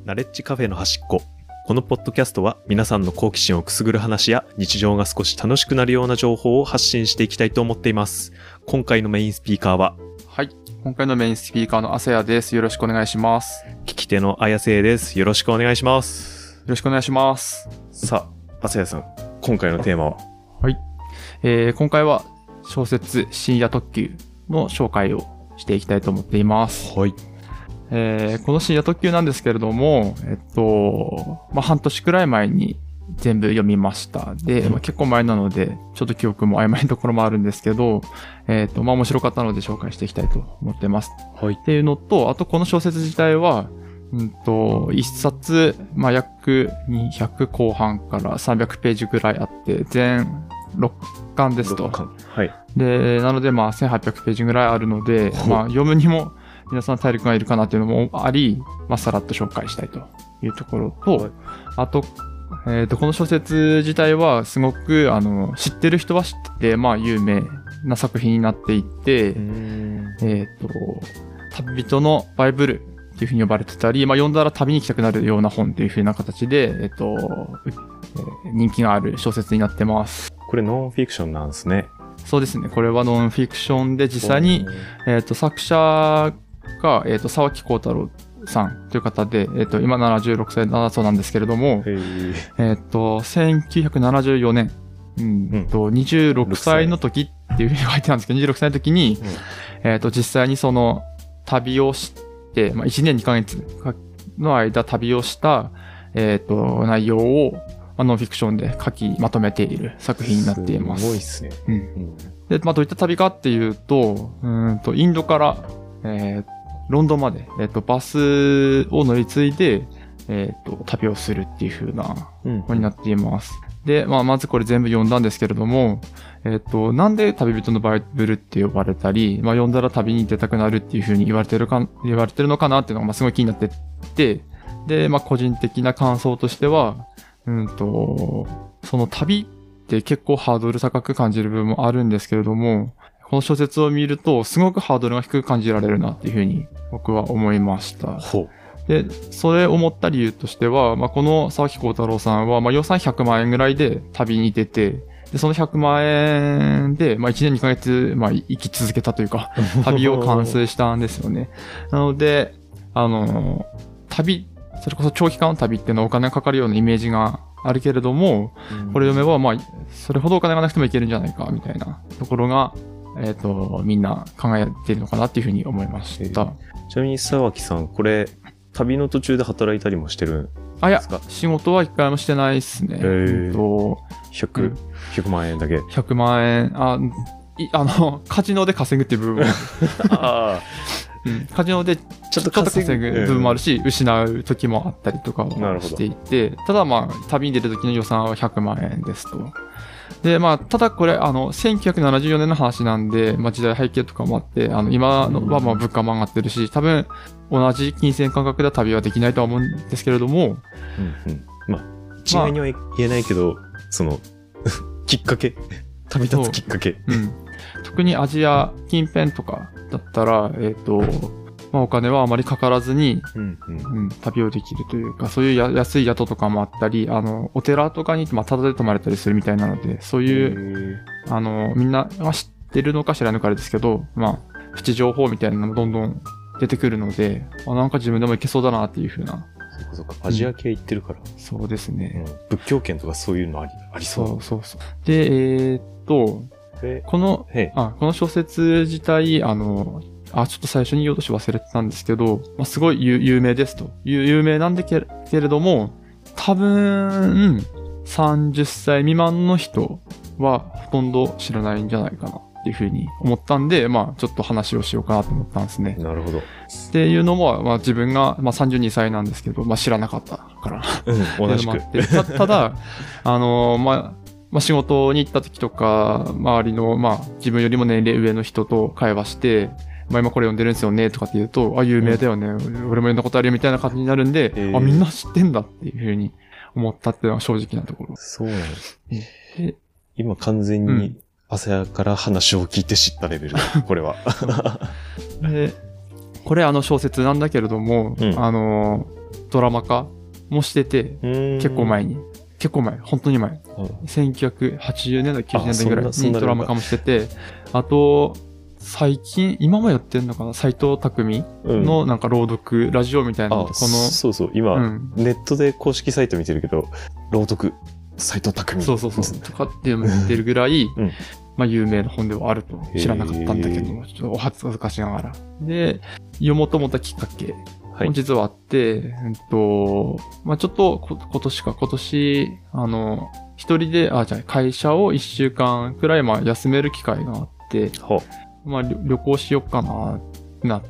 ナレッジカフェの端っこ。このポッドキャストは皆さんの好奇心をくすぐる話や日常が少し楽しくなるような情報を発信していきたいと思っています。今回のメインスピーカーは、 はい。今回のメインスピーカーのあさやです。よろしくお願いします。 聞き手のあやせいです。よろしくお願いします。 よろしくお願いします。 さあ、あさやさん、今回のテーマは？ はい。今回は小説深夜特急の紹介をしていきたいと思っています。 はい。 この深夜特急なんですけれども、半年くらい前に全部読みました。で、結構前なので、ちょっと記憶も曖昧なところもあるんですけど、面白かったので紹介していきたいと思ってます。 はい。 っていうのと、あとこの小説自体は、一冊、約200後半から300ページぐらいあって、全6巻ですと。 はい。 で、なので1800ページぐらいあるので、読むにも皆さん体力がいるかなっていうのもあり、さらっと紹介したいというところと、はい、あと、この小説自体はすごく、知ってる人は知ってて、有名な作品になっていて、旅人のバイブルっていう風に呼ばれてたり、読んだら旅に行きたくなるような本っていう風な形で、人気がある小説になってます。 これノンフィクションなんですね。そうですね。 これはノンフィクションで実際に、作者が、沢木耕太郎さんという方で、今76歳だそうなんですけれども、1974年、26歳の時っていうふうに書いてあるんですけど、26歳の時に、実際にその旅をして、1年2ヶ月の間旅をした、内容を、ノンフィクションで書きまとめている作品になっています。 すごいっすね。 で、どういった旅かっていうと、インドから、ロンドンまで、バスを乗り継いで、旅をするっていう風な本になっています。で、まずこれ全部読んだんですけれども、なんで旅人のバイブルって呼ばれたり、読んだら旅に出たくなるっていう風に言われてるのかなっていうのが、すごい気になってて、で、個人的な感想としては、その旅って結構ハードル高く感じる部分もあるんですけれども、この小説を見るとすごくハードルが低く感じられるなっていうふうに僕は思いました。で、それを思った理由としては、この沢木耕太郎さんは、予算100万円ぐらいで旅に出て、で、その100万円で、1年2ヶ月、生き続けたというか、旅を完遂したんですよね。なので、旅、それこそ長期間の旅っていうのはお金がかかるようなイメージがあるけれども、これ読めば、それほどお金がなくてもいけるんじゃないか、みたいなところが、みんな考えているのかなっていうふうに思いました。 ちなみに沢木さん、これ、旅の途中で働いたりもしてるんですか？ いや、仕事は一回もしてないですね。 100万円だけ。 100万円、カジノで稼ぐっていう部分もカジノでちょっと稼ぐ部分もあるし、失う時もあったりとかはしていて、ただ旅に出る時の予算は100万円ですと。で、ただこれ、1974年の話なんで、時代背景とかもあって、今のは物価も上がってるし、多分、同じ金銭感覚では旅はできないとは思うんですけれども、 一概には言えないけど、その、きっかけ、旅立つきっかけ。 特にアジア近辺とかだったら、お金はあまりかからずに、旅をできるというか、そういう安い宿とかもあったり、お寺とかにタダで泊まれたりするみたいなので、そういう、みんなが知ってるのか知らないのかあれですけど、プチ情報みたいなのもどんどん出てくるので、なんか自分でも行けそうだなっていう風な。 そうか、アジア系行ってるから。 そうですね。 仏教圏とかそういうのありそう。 そう。で、この小説自体、ちょっと最初に言おうとして忘れてたんですけど、すごい有名ですと。有名なんだけれども、多分、30歳未満の人はほとんど知らないんじゃないかなっていうふうに思ったんで、ちょっと話をしようかなと思ったんですね。 なるほど。 っていうのも、自分が、32歳なんですけど、知らなかったから。 同じく。 ただ、仕事に行った時とか、周りの、自分よりも年齢上の人と会話して、今これ読んでるんですよねとかって言うと、有名だよね、俺も読んだことあるよみたいな感じになるんで、みんな知ってんだっていうふうに思ったっていうのは正直なところ。 そうなんです。今完全に朝から話を聞いて知ったレベルこれは。 で、 これ小説なんだけれども、ドラマ化もしてて、結構前、本当に前。1980年代、90年代ぐらいにドラマ化もしてて、あと、最近、今もやってんのかな、斎藤工のなんか朗読、ラジオみたいな、 そうそう、今、ネットで公式サイト見てるけど、朗読、斎藤工。 そう、とかっていうのも言ってるぐらい、有名な本ではあると知らなかったんだけど、ちょっとお恥ずかしながら。で、読もうと思ったきっかけ、実はあって、ちょっと今年、一人で、会社を1週間くらい休める機会があって、旅行しよっかなってなって、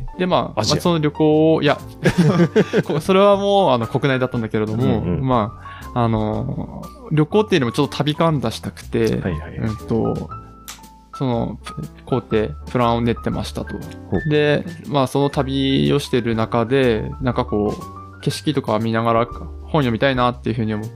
で、その旅行を、いや、それはもう、国内だったんだけれども、旅行っていうのもちょっと旅感出したくて、その工程、プランを練ってましたと。で、その旅をしてる中で、なんかこう、景色とか見ながら本読みたいなっていうふうに思って、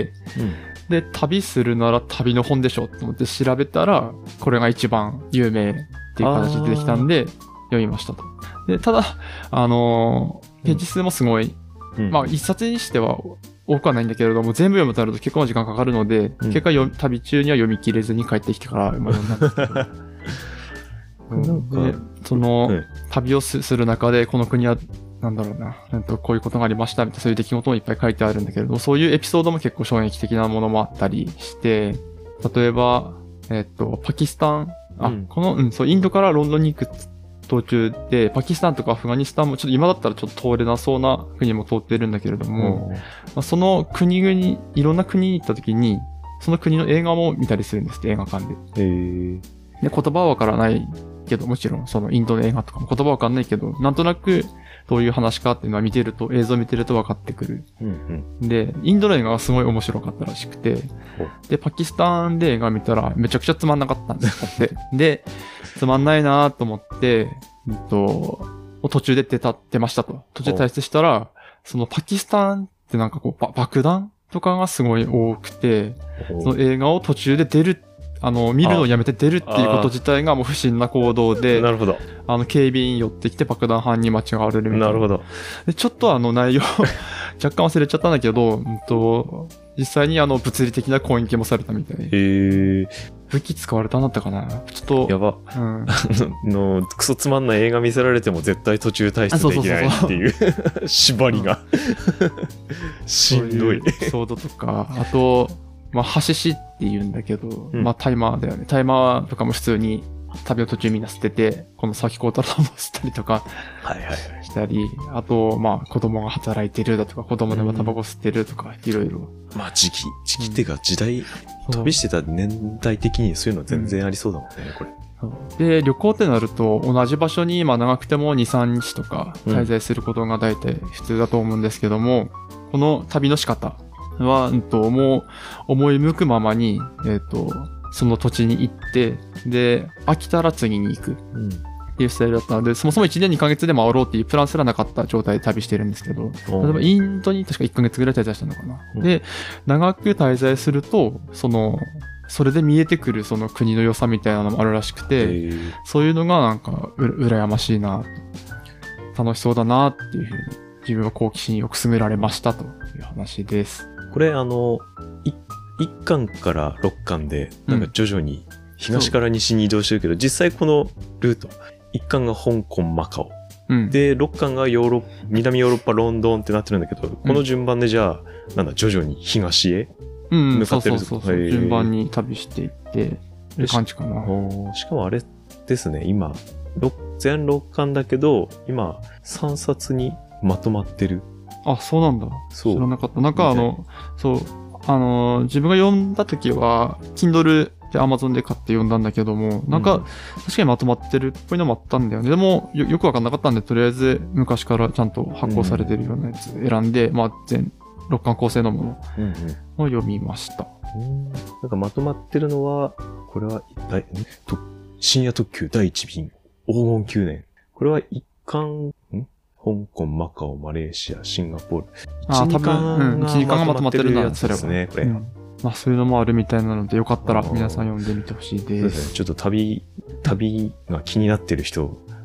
で、旅するなら旅の本でしょと思って調べたら、これが一番有名っていう形で出てきたんで、読みましたと。で、ただ、ページ数もすごい、一冊にしては多くはないんだけれども、全部読むとなると結構の時間かかるので、結果旅中には読み切れずに帰ってきてから読んだんですけど。で、その、旅をする中で、この国は、なんだろうな、こういうことがありましたみたいな、そういう出来事もいっぱい書いてあるんだけれども、そういうエピソードも結構衝撃的なものもあったりして、例えば、パキスタン、インドからロンドンに行く途中で、パキスタンとかアフガニスタンもちょっと今だったらちょっと通れなそうな国も通ってるんだけれども、その国々、いろんな国に行った時に、その国の映画も見たりするんですって、映画館で。で、言葉はわからないけど、もちろんそのインドの映画とかも言葉わかんないけど、なんとなくどういう話かっていうのは映像見てると分かってくる。で、インドの映画がすごい面白かったらしくて、で、パキスタンで映画見たらめちゃくちゃつまんなかったんですって。で、つまんないなと思って、途中で出ましたと。途中で退出したら、そのパキスタンってなんかこう、爆弾とかがすごい多くて、その映画を途中で見るのをやめて出るっていうこと自体がもう不審な行動で、 なるほど。 警備員寄ってきて爆弾犯に間違われるみたいな。 なるほど。 で、ちょっと内容、若干忘れちゃったんだけど、実際に物理的な攻撃もされたみたい。武器使われたんだったかな、ちょっと。 やば。クソつまんない映画見せられても絶対途中退出できないっていう縛りが。しんどい。 エピソードとか、あと、ハシシって言うんだけど、タイマーだよね。タイマーとかも普通に旅の途中みんな捨てて、この先光太郎も捨てたりとかしたり、あと、子供が働いてるだとか、子供でもタバコ吸ってるとか、いろいろ。 時期っていうか時代、旅してた年代的にそういうの全然ありそうだもんね、これ。 で、旅行ってなると、同じ場所に、長くても2、3日とか滞在することが大体普通だと思うんですけども、この旅の仕方は、もう思い向くままに、その土地に行って、で、飽きたら次に行くっていうスタイルだったので、そもそも1年2ヶ月で回ろうっていうプランすらなかった状態で旅してるんですけど、例えばインドに確か1ヶ月ぐらい滞在したのかな。で、長く滞在すると、それで見えてくるその国の良さみたいなのもあるらしくて、そういうのがなんか羨ましいな、楽しそうだなっていうふうに自分は好奇心をくすぐられましたという話です。 これ1巻から6巻でなんか徐々に東から西に移動してるけど、実際このルート1巻が香港マカオ、で6巻が南ヨーロッパロンドンってなってるんだけど、この順番でじゃあ徐々に東へ向かってる。 そう順番に旅していってる感じかな。 しかもあれですね、今全6巻だけど今3冊にまとまってる。 あ、そうなんだ。知らなかった。なんか自分が読んだ時は Kindle で Amazon で買って読んだんだけども、なんか確かにまとまってるっぽいのもあったんだよね。でもよくわかんなかったんで、とりあえず昔からちゃんと発行されてるようなやつ選んで、全6巻構成のものを読みました。 なんかまとまってるのは、これは深夜特急第1便黄金9年。これは1巻香港、マカオ、マレーシア、シンガポール。 多分、1、2巻がまとまってるやつですね、これ。 そういうのもあるみたいなので、よかったら皆さん読んでみてほしいです。 ちょっと旅が気になってる人、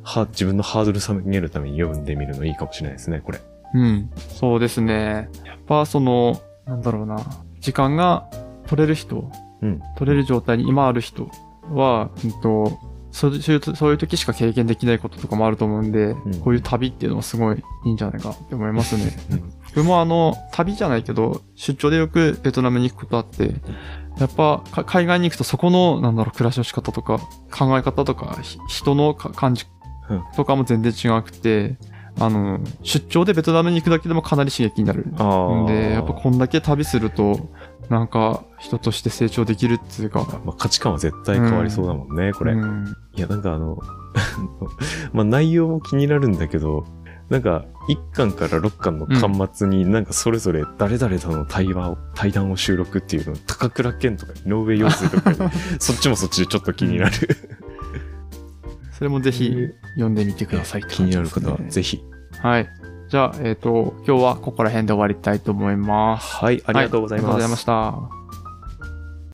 自分のハードル下げるために読んでみるのいいかもしれないですね、これ。 うん。そうですね。やっぱなんだろうな、時間が取れる人、取れる状態に今ある人は、そういう時しか経験できないこととかもあると思うんで、こういう旅っていうのはすごいいいんじゃないかって思いますね。僕も旅じゃないけど、出張でよくベトナムに行くことあって、やっぱ海外に行くとそこの、暮らしの仕方とか、考え方とか、人の感じとかも全然違くて、出張でベトナムに行くだけでもかなり刺激になる。んで、やっぱこんだけ旅すると、人として成長できるっていうか。 価値観は絶対変わりそうだもんね、これ。いや、内容も気になるんだけど、1巻から6巻の巻末にそれぞれ誰々との対談を収録っていうの、高倉健とか井上陽水とか、そっちもそっちでちょっと気になる。 それもぜひ読んでみてくださいって感じですね。 気になる方はぜひ。 はい。じゃあ、今日はここら辺で終わりたいと思います。 はい、ありがとうございます。 ありがとうございました。